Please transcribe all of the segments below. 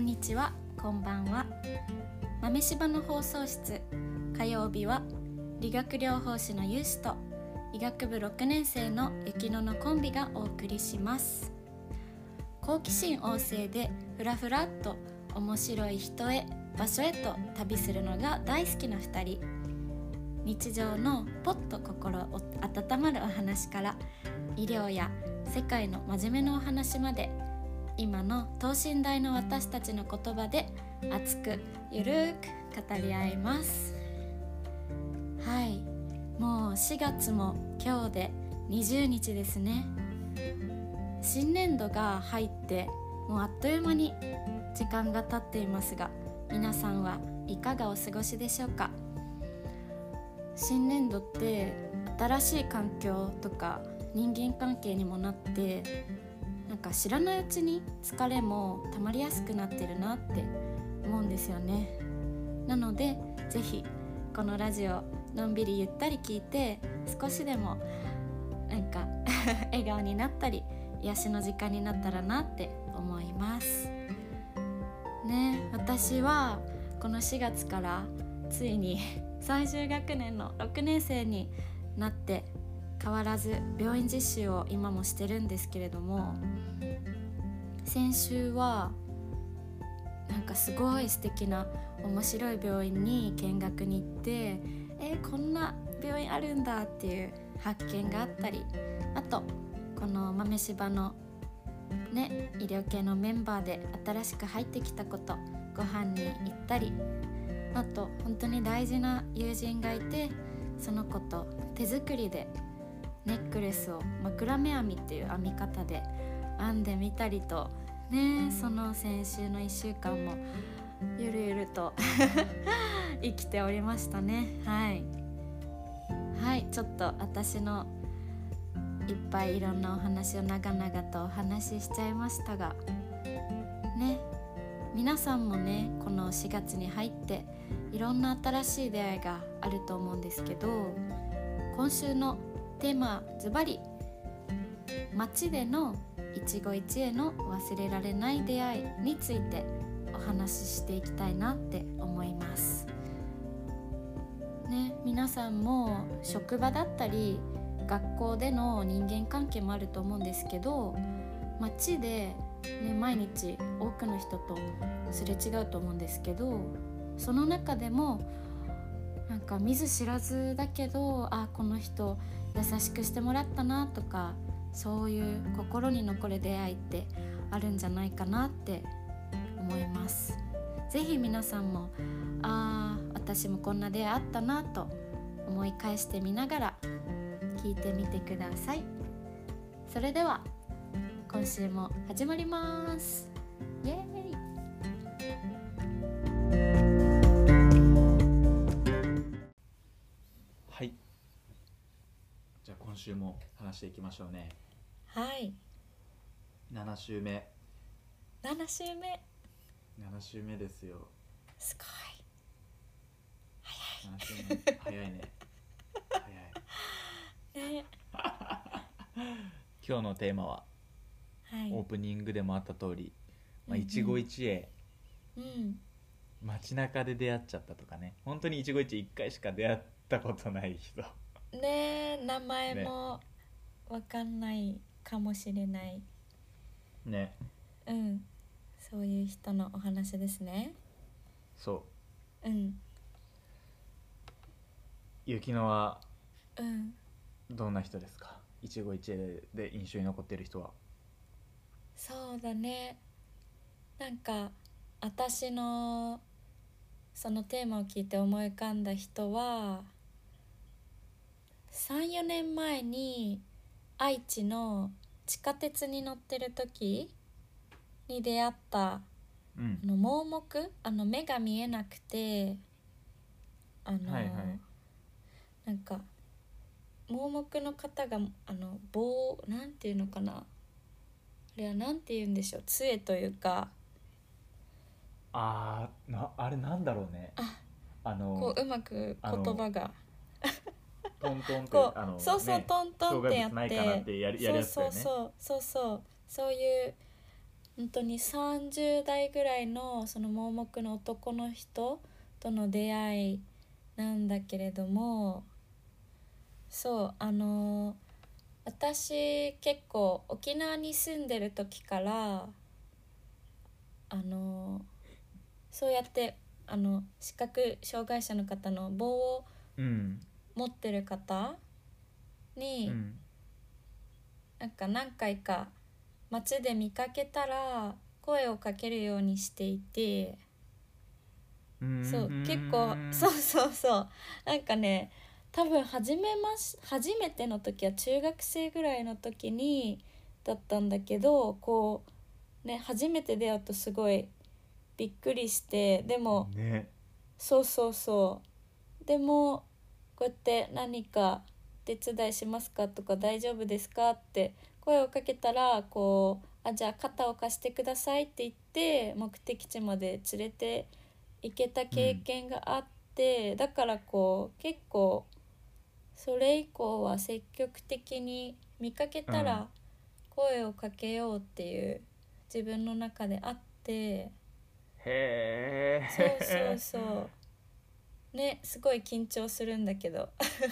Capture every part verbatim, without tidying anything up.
んにちは、こんばんは。豆柴の放送室、火曜日は理学療法士のゆうしと医学部ろくねん生のゆきののコンビがお送りします。好奇心旺盛でふらふらっと面白い人へ場所へと旅するのが大好きなふたり。日常のポッと心温まるお話から医療や世界の真面目なお話まで、今の等身大の私たちの言葉で熱くゆるーく語り合います。はい、もうしがつも今日でにじゅうにちですね。新年度が入ってもうあっという間に時間が経っていますが、皆さんはいかがお過ごしでしょうか。新年度って新しい環境とか人間関係にもなって、なんか知らないうちに疲れも溜まりやすくなってるなって思うんですよね。なのでぜひこのラジオのんびりゆったり聞いて、少しでもなんか笑顔になったり癒しの時間になったらなって思いますね。私はこのしがつからついに最終学年のろくねん生になって、変わらず病院実習を今もしてるんですけれども、先週はなんかすごい素敵な面白い病院に見学に行って、えー、こんな病院あるんだっていう発見があったり、あとこの豆柴のね医療系のメンバーで新しく入ってきた子とご飯に行ったり、あと本当に大事な友人がいて、その子と手作りでネックレスを枕目編みっていう編み方で編んでみたりとね、その先週のいっしゅうかんもゆるゆると生きておりましたね。はいはい、ちょっと私のいっぱいいろんなお話を長々とお話ししちゃいましたがね、皆さんもねこのしがつに入っていろんな新しい出会いがあると思うんですけど、今週のテーマズバリ、街での一期一会の忘れられない出会いについてお話ししていきたいなって思いますね。皆さんも職場だったり学校での人間関係もあると思うんですけど、街で、ね、毎日多くの人とすれ違うと思うんですけど、その中でもなんか見ず知らずだけど、あ、この人優しくしてもらったなとか、そういう心に残る出会いってあるんじゃないかなって思います。ぜひ皆さんも、あー、私もこんな出会いあったなと思い返してみながら聞いてみてください。それでは今週も始まります。イエーイ。 はい、じゃあ今週も話していきましょうね。 はい、 なな週目なな週目なな週目ですよ。 すごい早い。なな週目早いね早いね。 今日のテーマは、 はい、 オープニングでもあった通り、まあ、 うんうん、 一期一会、 うん、 街中で出会っちゃったとかね、本当に一期一会いっかいしか出会ったことない人ねえ、名前もわかんないかもしれないね。 うん、そういう人のお話ですね。 そう、 うん、 ゆきのはうんどんな人ですか？一期一会で印象に残ってる人は。 そうだね、なんか私のそのテーマを聞いて思い浮かんだ人は、さん、よねんまえに愛知の地下鉄に乗ってる時に出会った、 うん、 あの盲目、あの目が見えなくて、あの、 はいはい、 なんか盲目の方があの棒なんていうのかな、あれはなんていうんでしょう、杖というか、 あーなあれなんだろうね、 ああのこううまく言葉がトントンってこうあの、 そうそう、 ね、 トントンってやっ障害物ないかなっててやる、やるやつだよね。 そうそうそうそうそうそういう本当にさんじゅう代ぐらいのその盲目の男の人との出会いなんだけれども、そうあの私結構沖縄に住んでる時からあのそうやってあの視覚障害者の方の棒をうん持ってる方に、 うんなんか何回か街で見かけたら声をかけるようにしていて、 うーんそう結構そうそうそうなんかね、多分初めまし初めての時は中学生ぐらいの時にだったんだけど、こうね初めて出会うとすごいびっくりして、でもね。 そうそうそうでもこうやって何か手伝いしますかとか大丈夫ですかって声をかけたら、こうあじゃあ肩を貸してくださいって言って目的地まで連れて行けた経験があって、うん、だからこう結構それ以降は積極的に見かけたら声をかけようっていう自分の中であって、 へえ。 そうそうそうね、すごい緊張するんだけど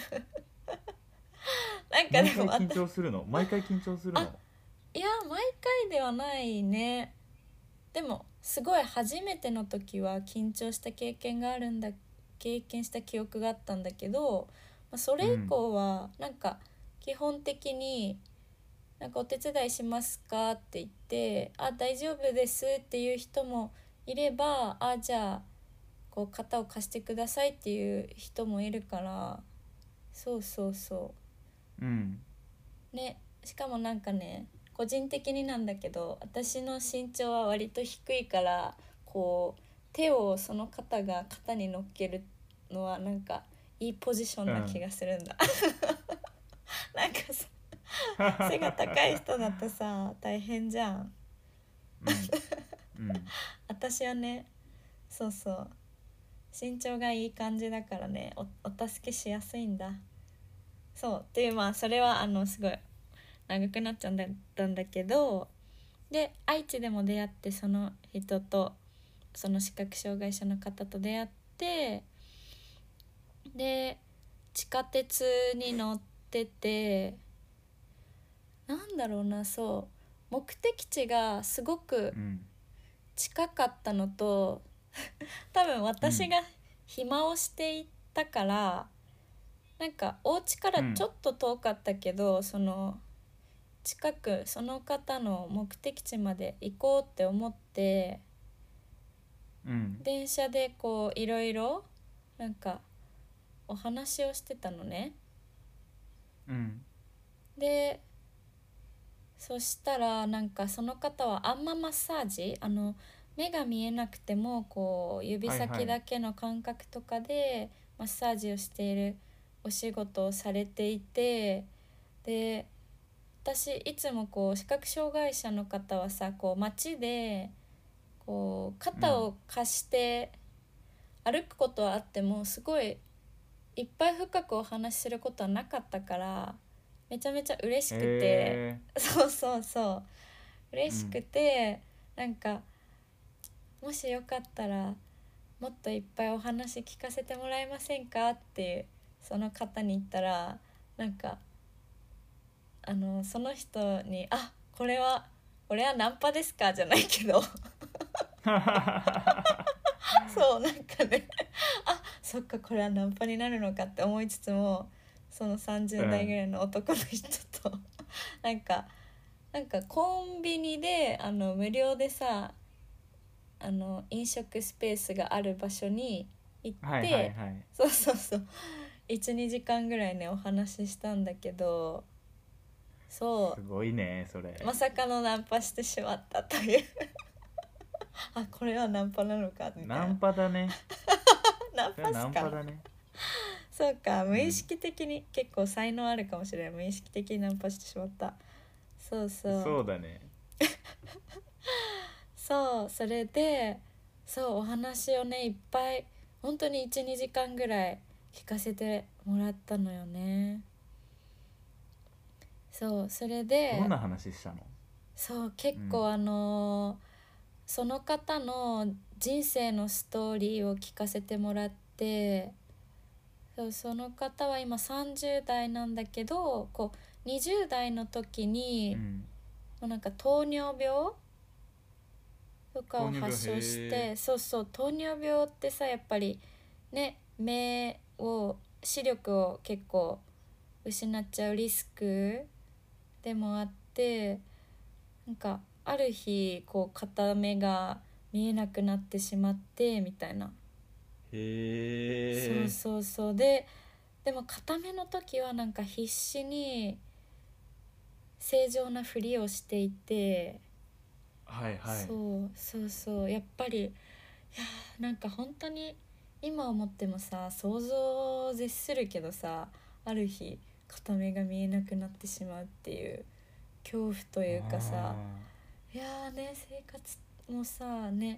なんか毎でも回緊張するの毎回緊張するのあいや毎回ではないね。でもすごい初めての時は緊張した経験があるんだ経験した記憶があったんだけど、まあ、それ以降はなんか基本的になんかお手伝いしますかって言ってあ大丈夫ですっていう人もいれば、あじゃあこう肩を貸してくださいっていう人もいるから、そうそうそうんうね。しかもなんかね個人的になんだけど私の身長は割と低いから、こう手をその方が肩に乗っけるのはなんかいいポジションな気がするんだ、うん、なんかさ背が高い人だとさ大変じゃん、 うんうん私はねそうそう身長がいい感じだからね お, お助けしやすいんだ。そうっていうまあそれはあのすごい長くなっちゃったんだけど、で愛知でも出会ってその人とその視覚障害者の方と出会って、で地下鉄に乗っててなんだろうな、そう目的地がすごくうん近かったのと多分私が暇をしていたから、なんかお家からちょっと遠かったけど、うん、その近くその方の目的地まで行こうって思って、 うん、 電車でこういろいろなんかお話をしてたのね、 うん、 でそしたらなんかその方はあんまマッサージあの目が見えなくてもこう指先だけの感覚とかでマッサージをしているお仕事をされていて、で私いつもこう視覚障害者の方はさこう街でこう肩を貸して歩くことはあってもすごいいっぱい深くお話しすることはなかったからめちゃめちゃ嬉しくて、そうそうそう嬉しくて、うん、なんかもしよかったらもっといっぱいお話聞かせてもらえませんかってその方に言ったら、なんかあのその人にあこれはこれはナンパですかじゃないけどそうなんかねあそっかこれはナンパになるのかって思いつつも、そのさんじゅう代ぐらいの男の人と、うん、なんかなんかコンビニであの無料でさあの飲食スペースがある場所に行って、はいはいはい、そうそうそう いちにじかんぐらいねお話ししたんだけど、そうすごいねそれ、 まさかのナンパしてしまったというあこれはナンパなのかみたいな。 ナンパだねナンパっすか。 ナンパだね。 そうか無意識的に、うん、結構才能あるかもしれない。無意識的にナンパしてしまった。そうそうそうだねそうそれでそうお話をねいっぱい本当に いちにじかんぐらい聞かせてもらったのよね。そうそれでどんな話したの？ そう結構、 うんあのーその方の人生のストーリーを聞かせてもらって、そうその方は今さんじゅう代なんだけど、こうにじゅう代の時にうんもうなんか糖尿病とかを糖尿病発症しへて、そうそう、糖尿病ってさやっぱりね、目を視力を結構失っちゃうリスクでもあって、なんかある日こう片目が見えなくなってしまってみたいな。そうえへえそうそうででも片目の時はなんか必死に正常なふりをしていて、 はいはいそうそうそうやっぱり、いやーなんか本当に今思ってもさ想像を絶するけどさ、ある日片目が見えなくなってしまうっていう恐怖というかさ、 あいやーね生活もさね、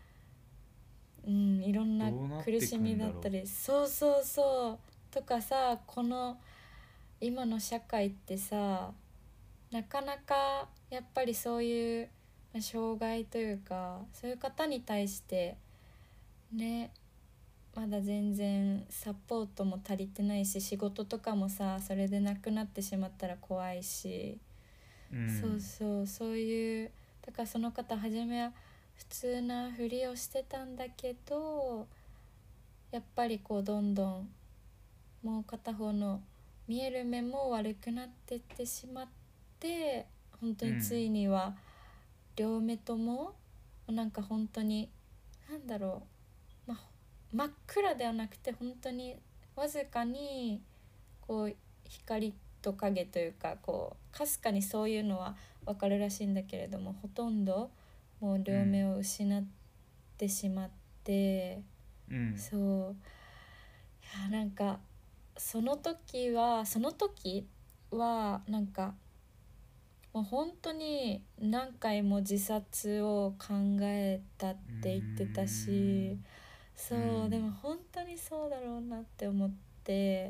うんいろんなーどうなって苦しくんだろみだったり、そうそうそうとかさ、この今の社会ってさなかなかやっぱりそういうまあ障害というかそういう方に対してね、まだ全然サポートも足りてないし、仕事とかもさそれでなくなってしまったら怖いし、 う。うそうんそうそういう、だからその方初めは普通なふりをしてたんだけど、やっぱりこうどんどんもう片方の見える目も悪くなってってしまって、本当につうんいには両目ともなんか本当になんだろう、ま、真っ暗ではなくて本当にわずかにこう光と影というか、こうかすかにそういうのは分かるらしいんだけれども、ほとんどもう両目うんを失ってしまって、 うんそういやなんかその時はその時はなんかもう本当に何回も自殺を考えたっうて言ってたし、 んうそうでんも本当にそうだろうなって思って、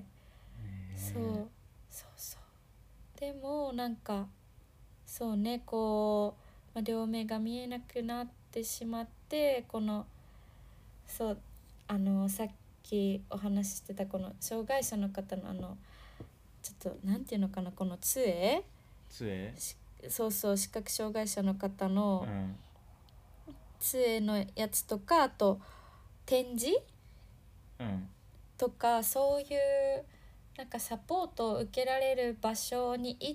そうねそうそうでもなんかそうねこう、まあ、両目が見えなくなってしまって、このそうあのさっきお話ししてたこの障害者の方のあのちょっとなんていうのかな、この杖、 杖しそうそう視覚障害者の方のうん杖のやつとか、あと展示うんとかそういうなんかサポートを受けられる場所に行って、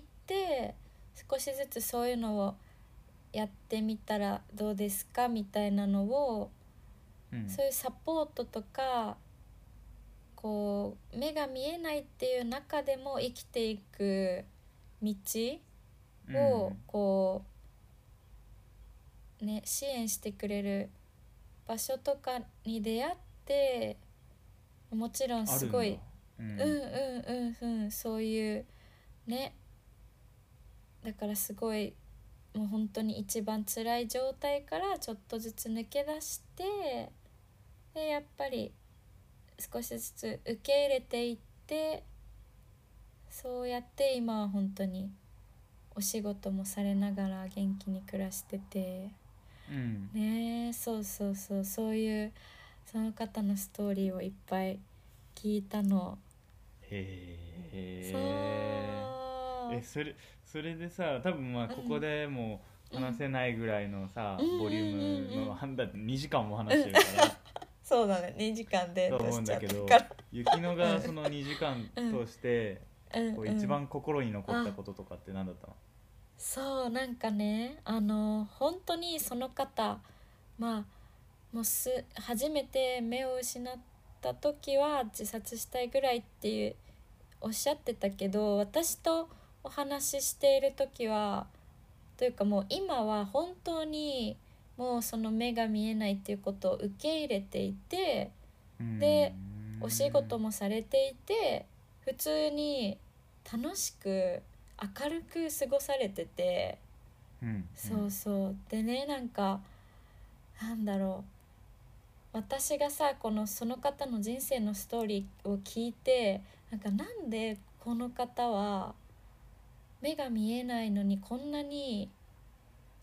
少しずつそういうのをやってみたらどうですかみたいなのを、 うんそういうサポートとかこう目が見えないっていう中でも生きていく道をうんこうね支援してくれる場所とかに出会って、もちろんあるんだすごい、 うんうんうんうんうんそういうね、だからすごいもう本当に一番辛い状態からちょっとずつ抜け出して、でやっぱり少しずつ受け入れていって、そうやって今は本当にお仕事もされながら元気に暮らしててうんね。そうそうそうそういうその方のストーリーをいっぱい聞いたの。 へそええうそれそれでさ多分まあここでもう話せないぐらいのさ、 うんボリュームうんうんうんの判断にじかんも話してるからそうだねにじかんでと思うんだけど、 から、 雪乃がそのにじかん通してうんうん、 こう一番心に残ったこととかって何だったの？ そうなんかねあの本当にその方まあもうす初めて目を失った時は自殺したいぐらいっていうおっしゃってたけど、私とお話ししている時はというかもう今は本当にもうその目が見えないっていうことを受け入れていて、 うーんでお仕事もされていて普通に楽しく明るく過ごされてて、 うんそうそうでねなんかなんだろう、私がさこのその方の人生のストーリーを聞いて、なんかなんでこの方は目が見えないのにこんなに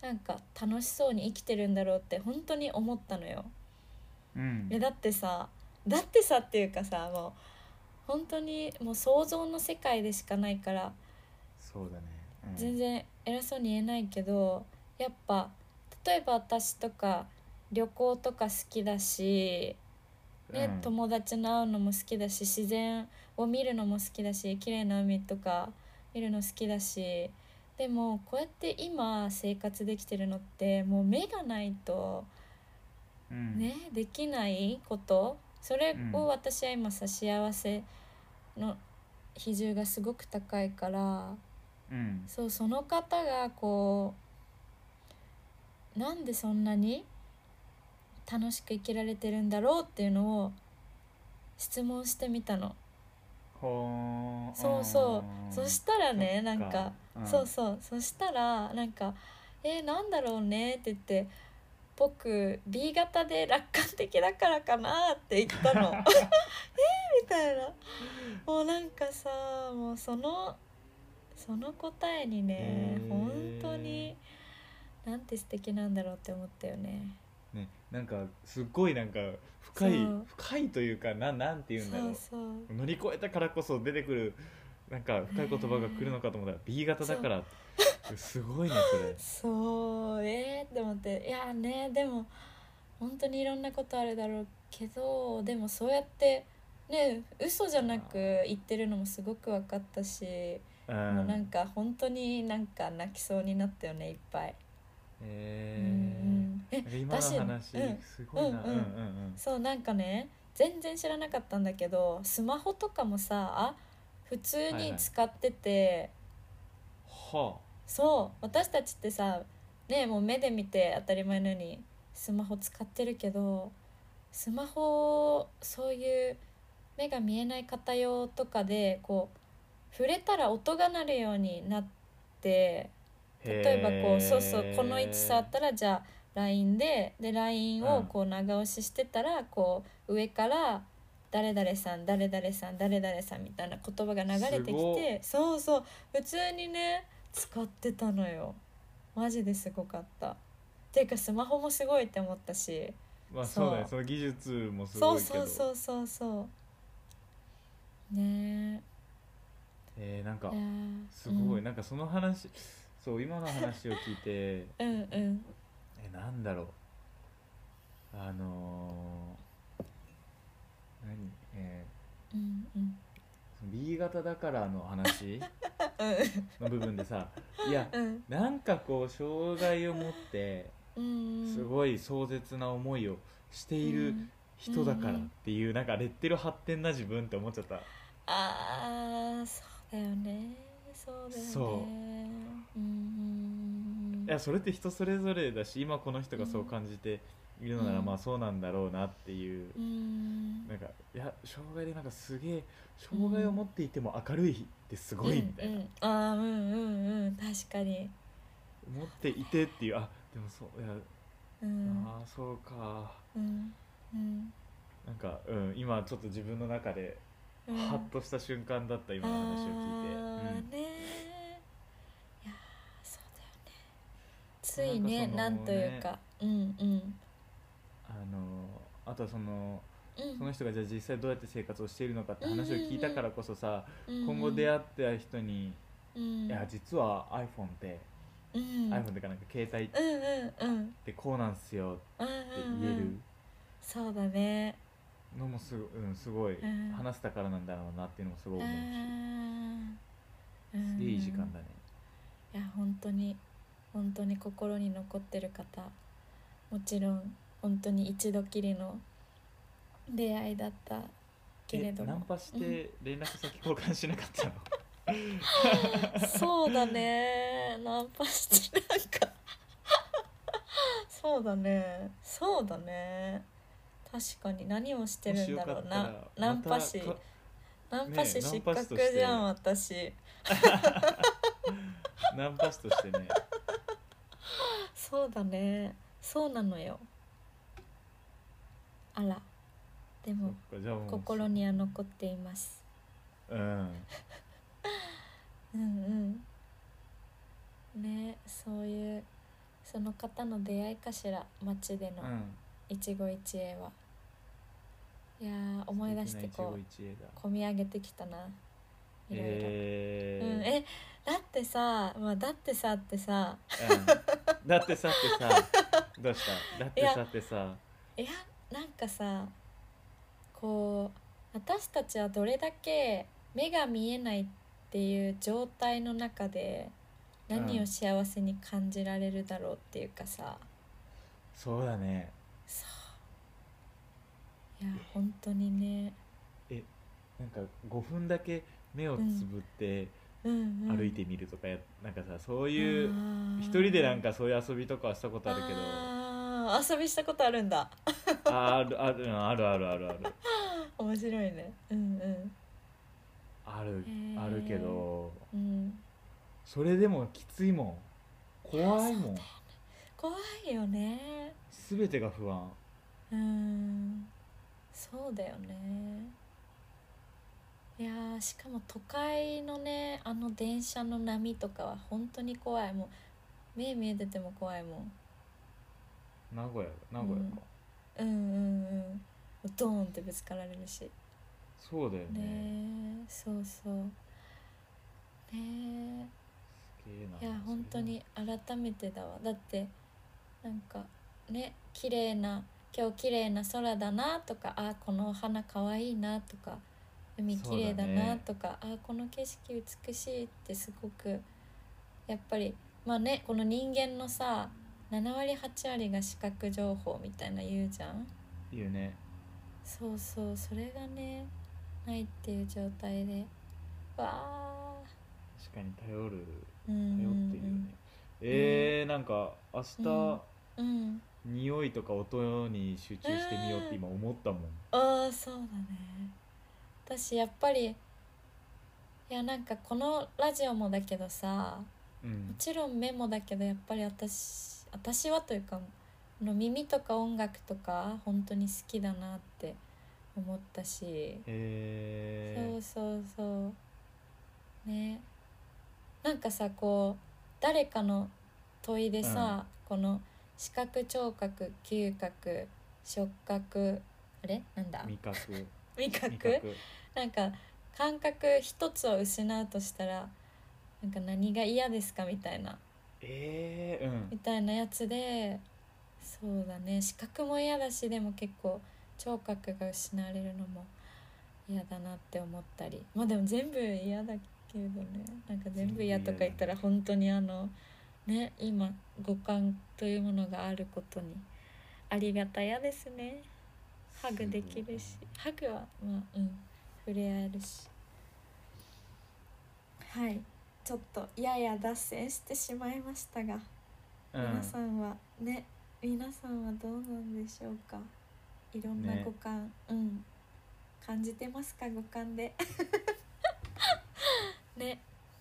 なんか楽しそうに生きてるんだろうって本当に思ったのよ。 うんえだってさだってさっていうかさ、もう本当にもう想像の世界でしかないからそうだね、うん、 全然偉そうに言えないけど、やっぱ例えば私とか旅行とか好きだし、ねうん友達の会うのも好きだし、自然を見るのも好きだし、綺麗な海とか見るの好きだし、でもこうやって今生活できてるのってもう目がないとうんねできないこと、それうんを私は今さ幸せの比重がすごく高いから、 うんそうその方がこうなんでそんなに楽しく生きられてるんだろうっていうのを質問してみたの。 ほーそうそう、そしたらねそっかなんか、 うんそうそうそしたらなんかえー、なんだろうねって言って、僕 ビー 型で楽観的だからかなって言ったのみたいな、もうなんかさ、もうそのその答えにねへー本当になんて素敵なんだろうって思ったよね。 ね、なんかすっごいなんか深いそう深いというかな、なんて言うんだろう、 そうそう乗り越えたからこそ出てくるなんか深い言葉が来るのかと思ったら ビー 型だからすごいねそれ。 そうえー、って思って、いやねでも本当にいろんなことあるだろうけど、でもそうやってね嘘じゃなく言ってるのもすごく分かったし、 うんもうなんか本当になんか泣きそうになったよねいっぱい。 えうんうんえー、今のだし話うんすごいな、 うんうんそうなんかね全然知らなかったんだけど、スマホとかもさ普通に使ってて、 はそう私たちってさねもう目で見て当たり前のようにスマホ使ってるけど、スマホそういう目が見えない方用とかでこう触れたら音が鳴るようになって、 あ例えばこうそうそうこの位置触ったらじゃあ ライン でで ライン をこう長押ししてたらこう上から誰々さん誰々さん誰々さんみたいな言葉が流れてきて、そうそう普通にね使ってたのよ。マジですごかった。ていうかスマホもすごいって思ったし、 まあそうそうだね、その技術もすそうごいけど、 そうそうそうそうねえー、なんかえいやすごい、 うんなんかその話、そう今の話を聞いてうんうんえなんだろう、あのー、何えうんうんー、ビー 型だからの話の部分でさ、いやうんなんかこう障害を持ってうんすごい壮絶な思いをしている人だからっていう、なんかレッテル貼ってんな自分って思っちゃった。 ああそうだよねそうだよねそううんいやそれって人それぞれだし、今この人がそう感じているのなら、 うんまあそうなんだろうなっていう、 うんなんかいや障害でなんかすげえ障害を持っていても明るいってすごいみたいな、 うんうん、ああうんうんうん確かに持っていてっていう、あでもそういや、 うんああそうか、 うんうんなんか、うん、今ちょっと自分の中でうんハッとした瞬間だった今の話を聞いて、 あーうんねいやそうだよねついねなかそのねなんんというかうんうんあのあとはそのうんその人がじゃあ実際どうやって生活をしているのかって話を聞いたからこそさ、 うん今後出会った人に、 うんいや実は iPhone って、 うん iPhone ってかなんか携帯っうんうんうんてこうなんすようんってうん言えるうんそうだねのもすご,、うん、すごいうん話せたからなんだろうなっていうのもすごい思うし、 うんすげえいい時間だね。 いや本当に本当に心に残ってる方もちろん本当に一度きりの出会いだったけれどもえナンパして連絡先交換しなかったの？ そうだねナンパしてなんかそうだねそうだね確かに何をしてるんだろうな。ナンパ師またかナンパ師ね失ナンパ師と格してじゃん私。 ナンパ師としてね。 そうだねそうなのよ。あらでもそっかじゃあもう心には残っています。 うんうんうんねそういうその方の出会いかしら、街でのうん一期一会は。いやー思い出してこう素敵な一期一会だ。 込み上げてきたな、いろいろ、 えーうん、えだってさ、まあ、だってさってさうん、だってさってさどうしただってさってさいやなんかさ、こう私たちはどれだけ目が見えないっていう状態の中で何を幸せに感じられるだろうっていうかさ、 そうだね。 そういや本当にね、 えなんかごふんだけ目をつぶってうんうん、 歩いてみるとかや、なんかさそういうあー一人でなんかそういう遊びとかはしたことあるけど、 あー遊びしたことあるんだああるあるあるあるあるある面白いね、うんうんあるへーあるけど、 うんそれでもきついもん、怖いもん、 怖いよね、 全てが不安。 うんそうだよね。いやーしかも都会のねあの電車の波とかは本当に怖い、もう目見えてても怖いもん。 名古屋名古屋か、 うんうんうんうんドーンってぶつかられるしそうだよね。 ね、そうそうね。 すげえな。 いや本当に改めてだわ。だってなんかね綺麗な今日綺麗な空だなとか、あこのお花かわいいなとか、海綺麗だなとか、あこの景色美しいってすごくやっぱりまあね、この人間のさななわりはちわりが視覚情報みたいな言うじゃん。 言うね。 そうそう、それがねないっていう状態でわあ、 確かに頼るうん頼ってるよね。えー、なんか明日、 うん、 匂いとか音に集中してみようって今思ったもん。 ああそうだね。私やっぱりいやなんかこのラジオもだけどさ、もうんちろんメモだけどやっぱり私私はというかこの耳とか音楽とか本当に好きだなって思ったし、 えそうそうそうね。なんかさこう誰かの問いでさ、この視覚聴覚嗅覚触覚あれなんだー、味覚味覚味覚なんか感覚一つを失うとしたらなんか何が嫌ですかみたいなえー、うんみたいなやつで、そうだね視覚も嫌だし、でも結構聴覚が失われるのも嫌だなって思ったり、まあでも全部嫌だけどね、なんか全部嫌とか言ったら本当にあのね今五感というものがあることにありがたやですね。ハグできるし、ハグはまあうん触れ合えるし。はい、ちょっとやや脱線してしまいましたが、 うん、 皆さんはね皆さんはどうなんでしょうか。いろんな五感、ね、うん感じてますか、五感でね。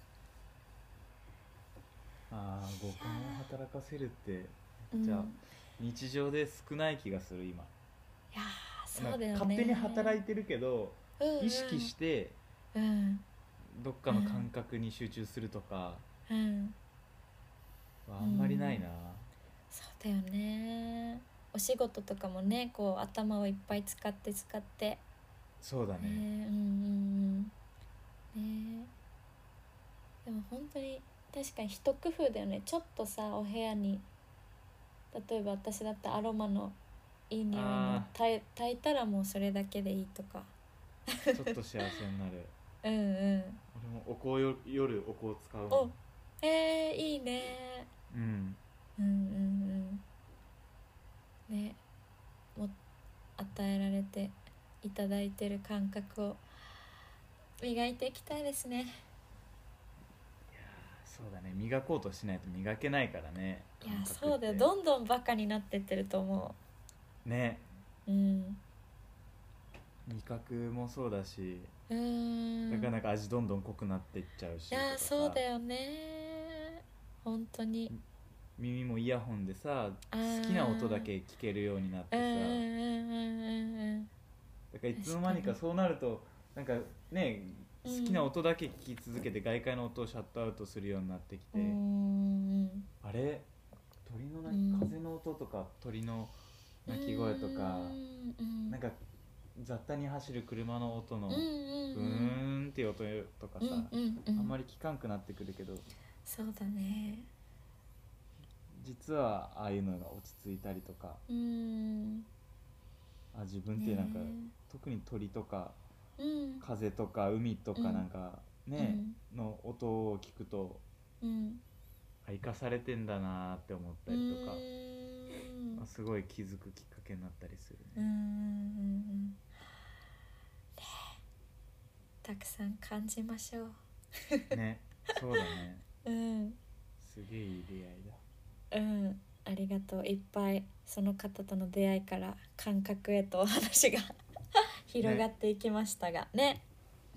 ああ五感を働かせるってうん、 じゃあ日常で少ない気がする今。 いやそうだよね、 勝手に働いてるけど、 うんうん、 意識してうんどっかの感覚に集中するとかうんはあんまりないな、うん、 そうだよね。お仕事とかもねこう頭をいっぱい使って使ってそうだね、 ね、うんうんうんね。でも本当に確かに一工夫だよね。ちょっとさお部屋に例えば私だったらアロマのいい匂いの炊いたらもうそれだけでいいとかちょっと幸せになるうんうん俺もお香よ夜お香使うおえー、いいね、 うん、 うんうんうんね、も与えられていただいてる感覚を磨いていきたいですね。 いやそうだね、磨こうとしないと磨けないからね。 いやそうだよ、どんどんバカになってってると思うね。 うん味覚もそうだし、 うーんなかなか味どんどん濃くなっていっちゃうし、 いやそうだよね本当に。 耳もイヤホンでさ好きな音だけ聞けるようになってさ、 うんうんうんうんだからいつの間にかそうなるとなんかね好きな音だけ聞き続けて外界の音をシャットアウトするようになってきて、 うんうんあれ鳥の音とか鳥の鳴き声とか、 うん、 なんか雑多に走る車の音のうんうんうん、 ブーンっていう音とかさ、 うんうんうん、 あんまり聞かんくなってくるけど、 そうだね。 実はああいうのが落ち着いたりとか、 うん、 あ自分ってなんか、 ね、 特に鳥とか、 うん、 風とか海とかなんかね、 うん、 の音を聞くと、 うん、 あ生かされてんだなって思ったりとか、 うん、 すごい気づくきっかけになったりするうんうね。 ん、ね、たくさん感じましょう。 ね、そうだね。 うん、 すげえいい出会いだ。 うん、ありがとう。いっぱいその方との出会いから感覚へとお話が広がっていきましたが ね, ね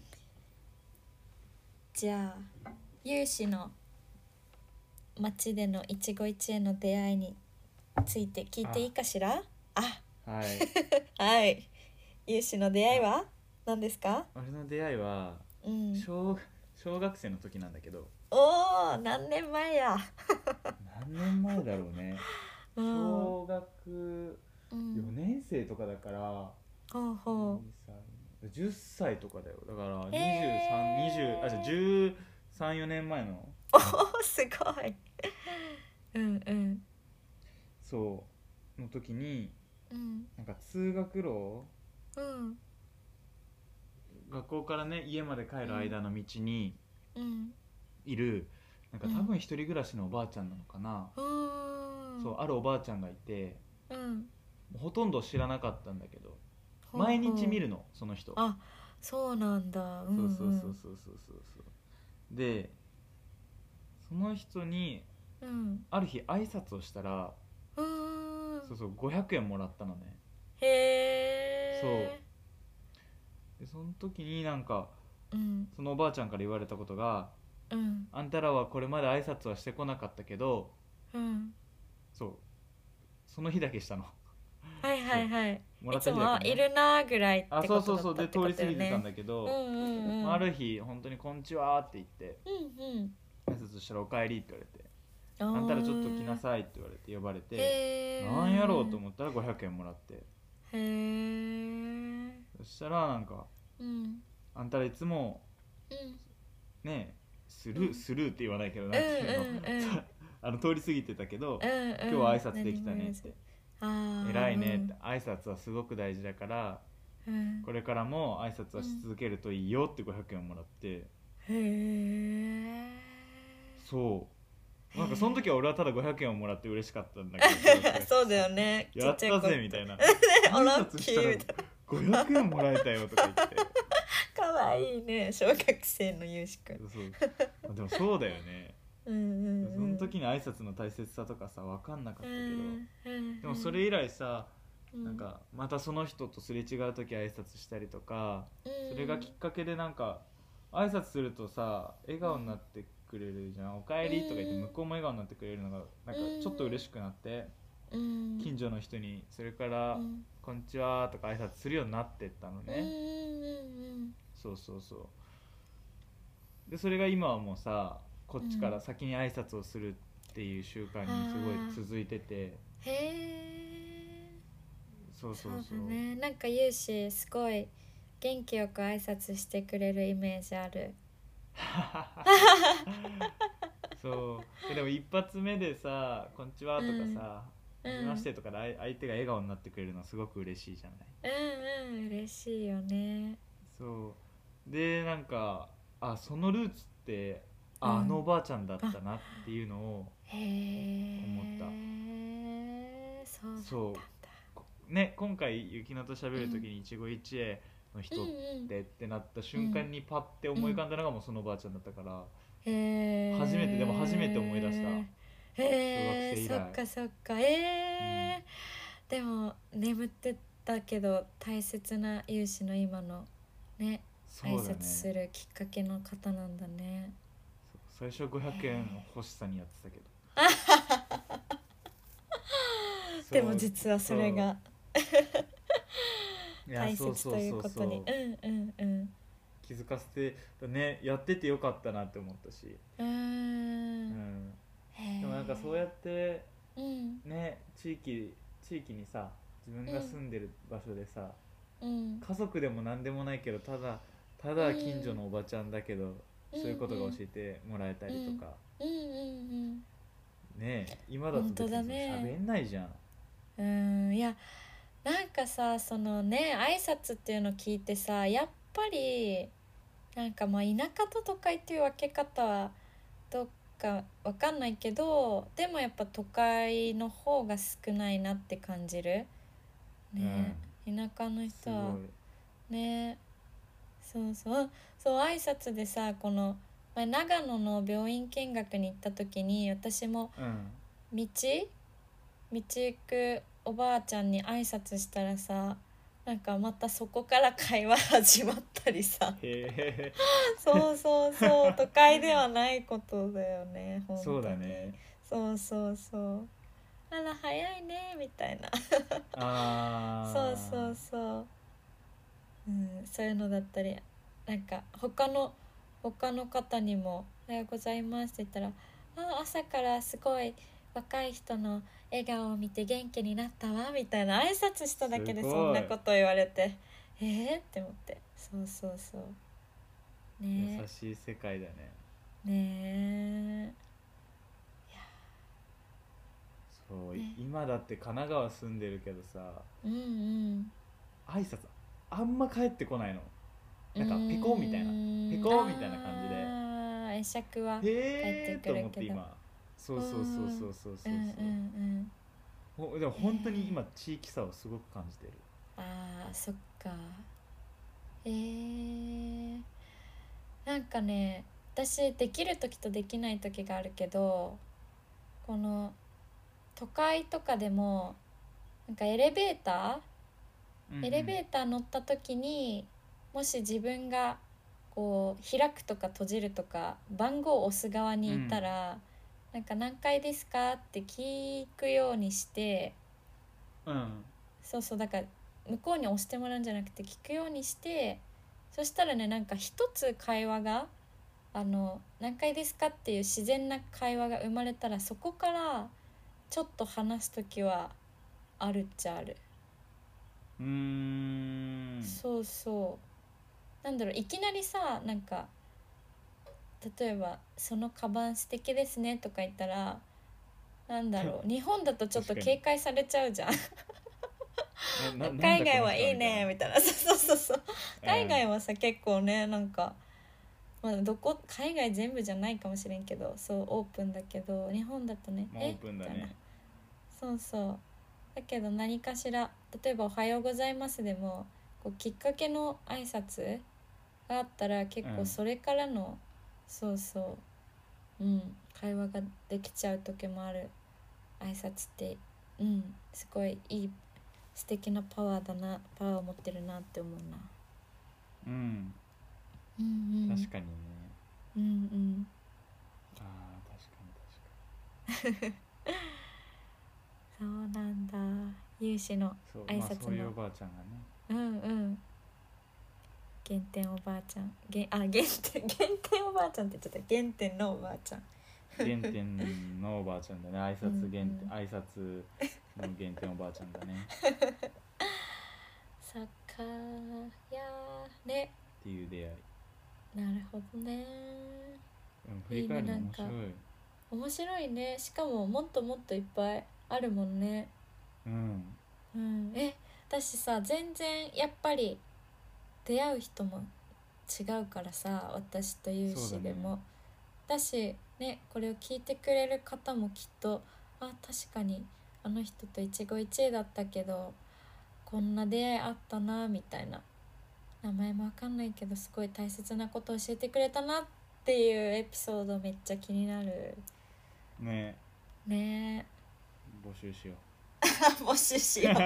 じゃあ有志の街での一期一会の出会いについて聞いていいかしら。あはいはい有志の出会いは何ですか。 俺の出会いは、 うん、 小小学生の時なんだけど、 おー何年前や何年前だろうねうん小学うんよねん生とかだから、 ほうほじゅっさいとかだよ。だからへーにじゅうさん、にじゅうあじゃあじゅうさん、よねんまえの、 うおーすごいうんうんそうの時に、 うんなんか通学路、 うん学校からね家まで帰る間の道にうんいる、なんか多分一人暮らしのおばあちゃんなのかな、 うんそうあるおばあちゃんがいて、 うんほとんど知らなかったんだけど、 ほうほう毎日見るのその人。 あそうなんだ、うんうん、 そうそうそうそうそうそうそうで、その人にうんある日挨拶をしたら、 うんそうそうごひゃくえんもらったのね。 へえでその時になんかうんそのおばあちゃんから言われたことが、 うんあんたらはこれまで挨拶はしてこなかったけど、 うんそうその日だけしたのはいはいはいもらっいつもあた日だけね。 いるなーぐらいってあこそうそうそうでとだったってこと通り過ぎてたんだけど、 うんうんうんまあある日本当にこんにちはって言ってうんうん挨拶したらおかえりって言われて、 あーあんたらちょっと来なさいって言われて呼ばれて、 へーなんやろうと思ったらごひゃくえんもらって、 へえそしたらなんか、 うんあんたらいつもうんねスルー、 うんスルーって言わないけどなんていうの、 うんうんうんあの通り過ぎてたけど、 うんうん今日は挨拶できたねって、 あー偉いねって、挨拶はすごく大事だからうんこれからも挨拶はし続けるといいよってごひゃくえんもらって、 へえそうなんかその時は俺はただごひゃくえんをもらって嬉しかったんだけどそうだよねやったちっちゃい子ぜみたいなおラッ挨拶したらキーみたいなごひゃくえんもらえたよとか言ってかわいいね小学生のゆうしくんそうでもそうだよね、 うんうんうんその時に挨拶の大切さとかさ分かんなかったけど、 うんうんでもそれ以来さ、 うんなんかまたその人とすれ違う時挨拶したりとか、 うんそれがきっかけでなんか挨拶するとさ笑顔になってくれるじゃん、おかえりとか言って向こうも笑顔になってくれるのがなんかちょっと嬉しくなって、 うん近所の人にそれからうんこんにちはとか挨拶するようになってったのうんね、 うんそうそうそうでそれが今はもうさこっちから先に挨拶をするっていう習慣にすごい続いてて、 へえそうそうそうそうだねなんかゆうしすごい元気よく挨拶してくれるイメージあるそうでも一発目でさ「こんにちは」とかさ「 うんはじめまして」とかで相相手が笑顔になってくれるのはすごく嬉しいじゃない。 うんうん嬉しいよねそうでなんかあそのルーツってあ,、 うんあのおばあちゃんだったなっていうのをへえ思ったそうだったんだそうね今回ゆきのと喋る時に一期一会の人ってってなった瞬間にパッて思い浮かんだのがもうそのおばあちゃんだったから、 へー初めてでも初めて思い出したへー小学生以来そっかそっかえーでも眠ってたけど大切な有志の今のね挨そうだね拶するきっかけの方なんだね最初ごひゃくえん欲しさにやってたけどでも実はそれがいや大切というそうそうそうそうことにうんうんうん気づかせてねやっててよかったなって思ったし、 うーうんん、でもなんかそうやってうんね地域地域にさ自分が住んでる場所でさ、 うん、 家族でも何でもないけどただただ近所のおばちゃんだけど、 うん、 そういうことが教えてもらえたりとか、 うんうんうんね今だと本当別にだね喋んないじゃん。 うん、いやなんかさそのね挨拶っていうのを聞いてさやっぱりなんかまあ田舎と都会っていう分け方はどっかわかんないけどでもやっぱ都会の方が少ないなって感じるね、田舎のす人はごい。 ねそうそうそう挨拶でさこの前長野の病院見学に行った時に私もうん道道行くおばあちゃんに挨拶したらさなんかまたそこから会話始まったりさへえそうそうそう都会ではないことだよね本当にそうだね。 そうそうそうあら早いねみたいなあそうそうそう、うん、そういうのだったりなんか他の他の方にも「おはようございます」って言ったら「あ朝からすごい若い人の笑顔を見て元気になったわ」みたいな挨拶しただけですそんなこと言われてえー、って思ってそうそうそうね優しい世界だね。 えねそう、 ね今だって神奈川住んでるけどさ、 えうんうん挨拶あんま返ってこないの。なんかペコみたいなペコみたいな感じであー会釈はへ返えってくるけどと思って今そうそうそうそうそうそううんうんそう、ほでも本当に今地域差をすごく感じてる。 あーそっかえー、なんかね私できる時とできない時があるけどこの都会とかでもなんかエレベータうんうんーエレベーター乗った時にもし自分がこう開くとか閉じるとか番号を押す側にいたら、なんか何階ですかって聞くようにしてうんそうそうだから向こうに押してもらうんじゃなくて聞くようにしてそしたらねなんか一つ会話があの何階ですかっていう自然な会話が生まれたらそこからちょっと話す時はあるっちゃある、 うーんそうそうなんだろういきなりさなんか例えば「そのカバン素敵ですね」とか言ったらなんだろう日本だとちょっと確かに警戒されちゃうじゃんなななんだ海外はいいこの人ねみたいなそうそうそうみたいな海外はさ結構ねなんか、まあ、どこ海外全部じゃないかもしれんけどそうオープンだけど日本だとねうん、オープンだみたいなね。 そうそうだけど何かしら例えば「おはようございます」でもこうきっかけの挨拶があったら結構それからの、うん、そうそううん会話ができちゃう時もある挨拶ってうんすごいいい素敵なパワーだなパワーを持ってるなって思うなうんうんうん確かにね。 うんうんあー確かに確かにそうなんだ有志のそう、 挨まあ、そういうお拶の、 ばあちゃんがねうんうん原点おばあちゃんげあ原点原点おばあちゃんって言っちゃった原点のおばあちゃん原点のおばあちゃんだね挨拶原うんうん点挨拶の原点おばあちゃんだねそっかいやーねっていう出会い。 なるほどねでも振り返るの面白い。 面白いねしかももっともっといっぱいあるもんねうんうんえ私さ全然やっぱり出会う人も違うからさ私と有志でもだしねこれを聞いてくれる方もきっとあ確かにあの人と一期一会だったけどこんな出会いあったなみたいな名前もわかんないけどすごい大切なことを教えてくれたなっていうエピソードめっちゃ気になるねね募集しよ募集しよう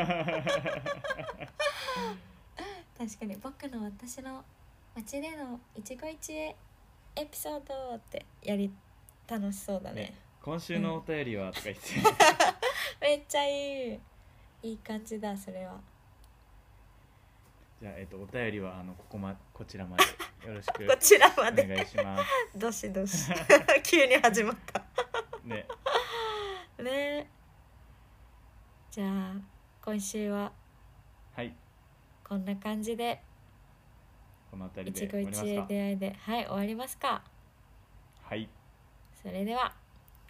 確かに僕の私の街での一期一会エピソードってやり楽しそうだう、 ねね、今週のお便りは、とか言ってめっちゃいいいい感じだそれはじゃあ、えっと、お便りはあのここまこちらまでよろしくこちらまでお願いしますどしどし急に始まったねねじゃあ今週ははい、 こんな感じでこの辺りで一期終わりますか。 一会出会いではい終わりますか。 はい、 それでは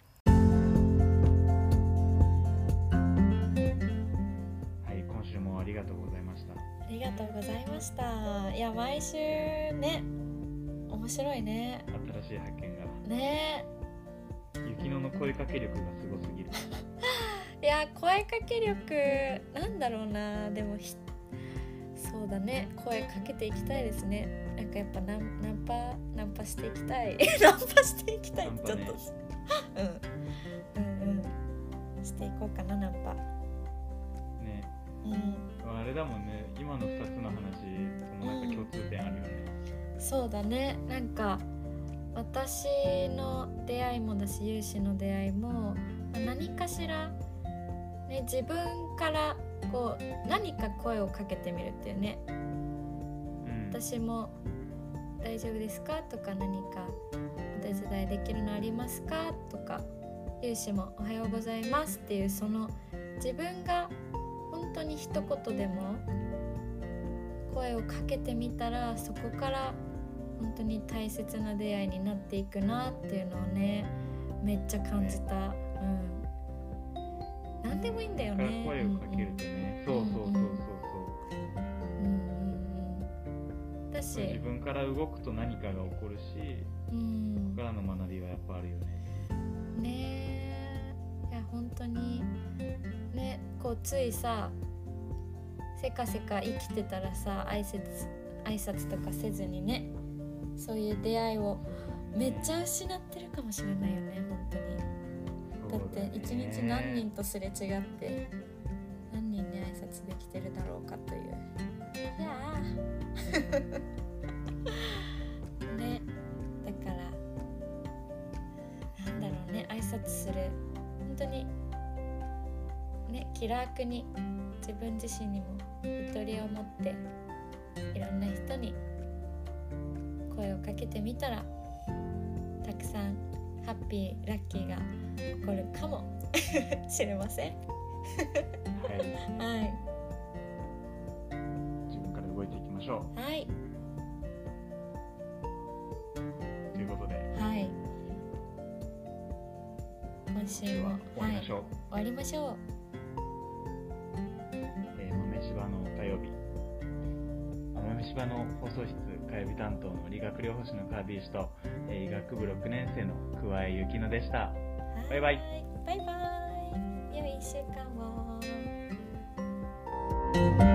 はい、今週もありがとうございました。 ありがとうございました。いや毎週ね面白いね。 新しい発見がね雪乃の声かけ力がすごすぎる。 いや声かけ力なんだろうな。でもひそうだね、声かけていきたいですね。なんかやっぱナン、ナンパナンパしていきたいナンパしていきたい、ね、ちょっとうんうんうんしていこうかなナンパね、 うんあれだもんね、今のふたつの話ともなんか共通点あるよね、 うん、そうだね。なんか私の出会いもだしユウシの出会いも何かしら、ね、自分からこう何か声をかけてみるっていうね、うん、私も大丈夫ですかとか、何かお手伝いできるのありますかとか、ユウシもおはようございますっていう、その自分が本当に一言でも声をかけてみたら、そこから本当に大切な出会いになっていくなっていうのをねめっちゃ感じた、うん、何でもいいんだよね。 声をかけるとね、うんうん、そうそうそうそうそう、うんうんうん、だし自分から動くと何かが起こるし、うん、ここからの学びはやっぱあるよね。 ねえ、いや本当にね、こうついさせかせか生きてたらさ挨拶挨拶とかせずにね、そういう出会いをめっちゃ失ってるかもしれないよね、本当に。だって一日何人とすれ違って何人に挨拶できてるだろうかという。いやーね、だからなんだろうね、挨拶する本当にね、気楽に自分自身にもゆとりを持っていろんな人に声をかけてみたら、たくさんハッピーラッキーが起こるかもしれません。 はい、 はい、 自分から動いていきましょう。はい。 ということで、 はい。今週も終わりましょう。 はい、終わりましょう。 えー、豆柴の火曜日。豆柴の放送室火曜日担当の理学療法士のカービー氏と、えー、医学部ろくねん生の桑江ゆきのでした。バイバイ。 バイバイ。良いいっしゅうかんを。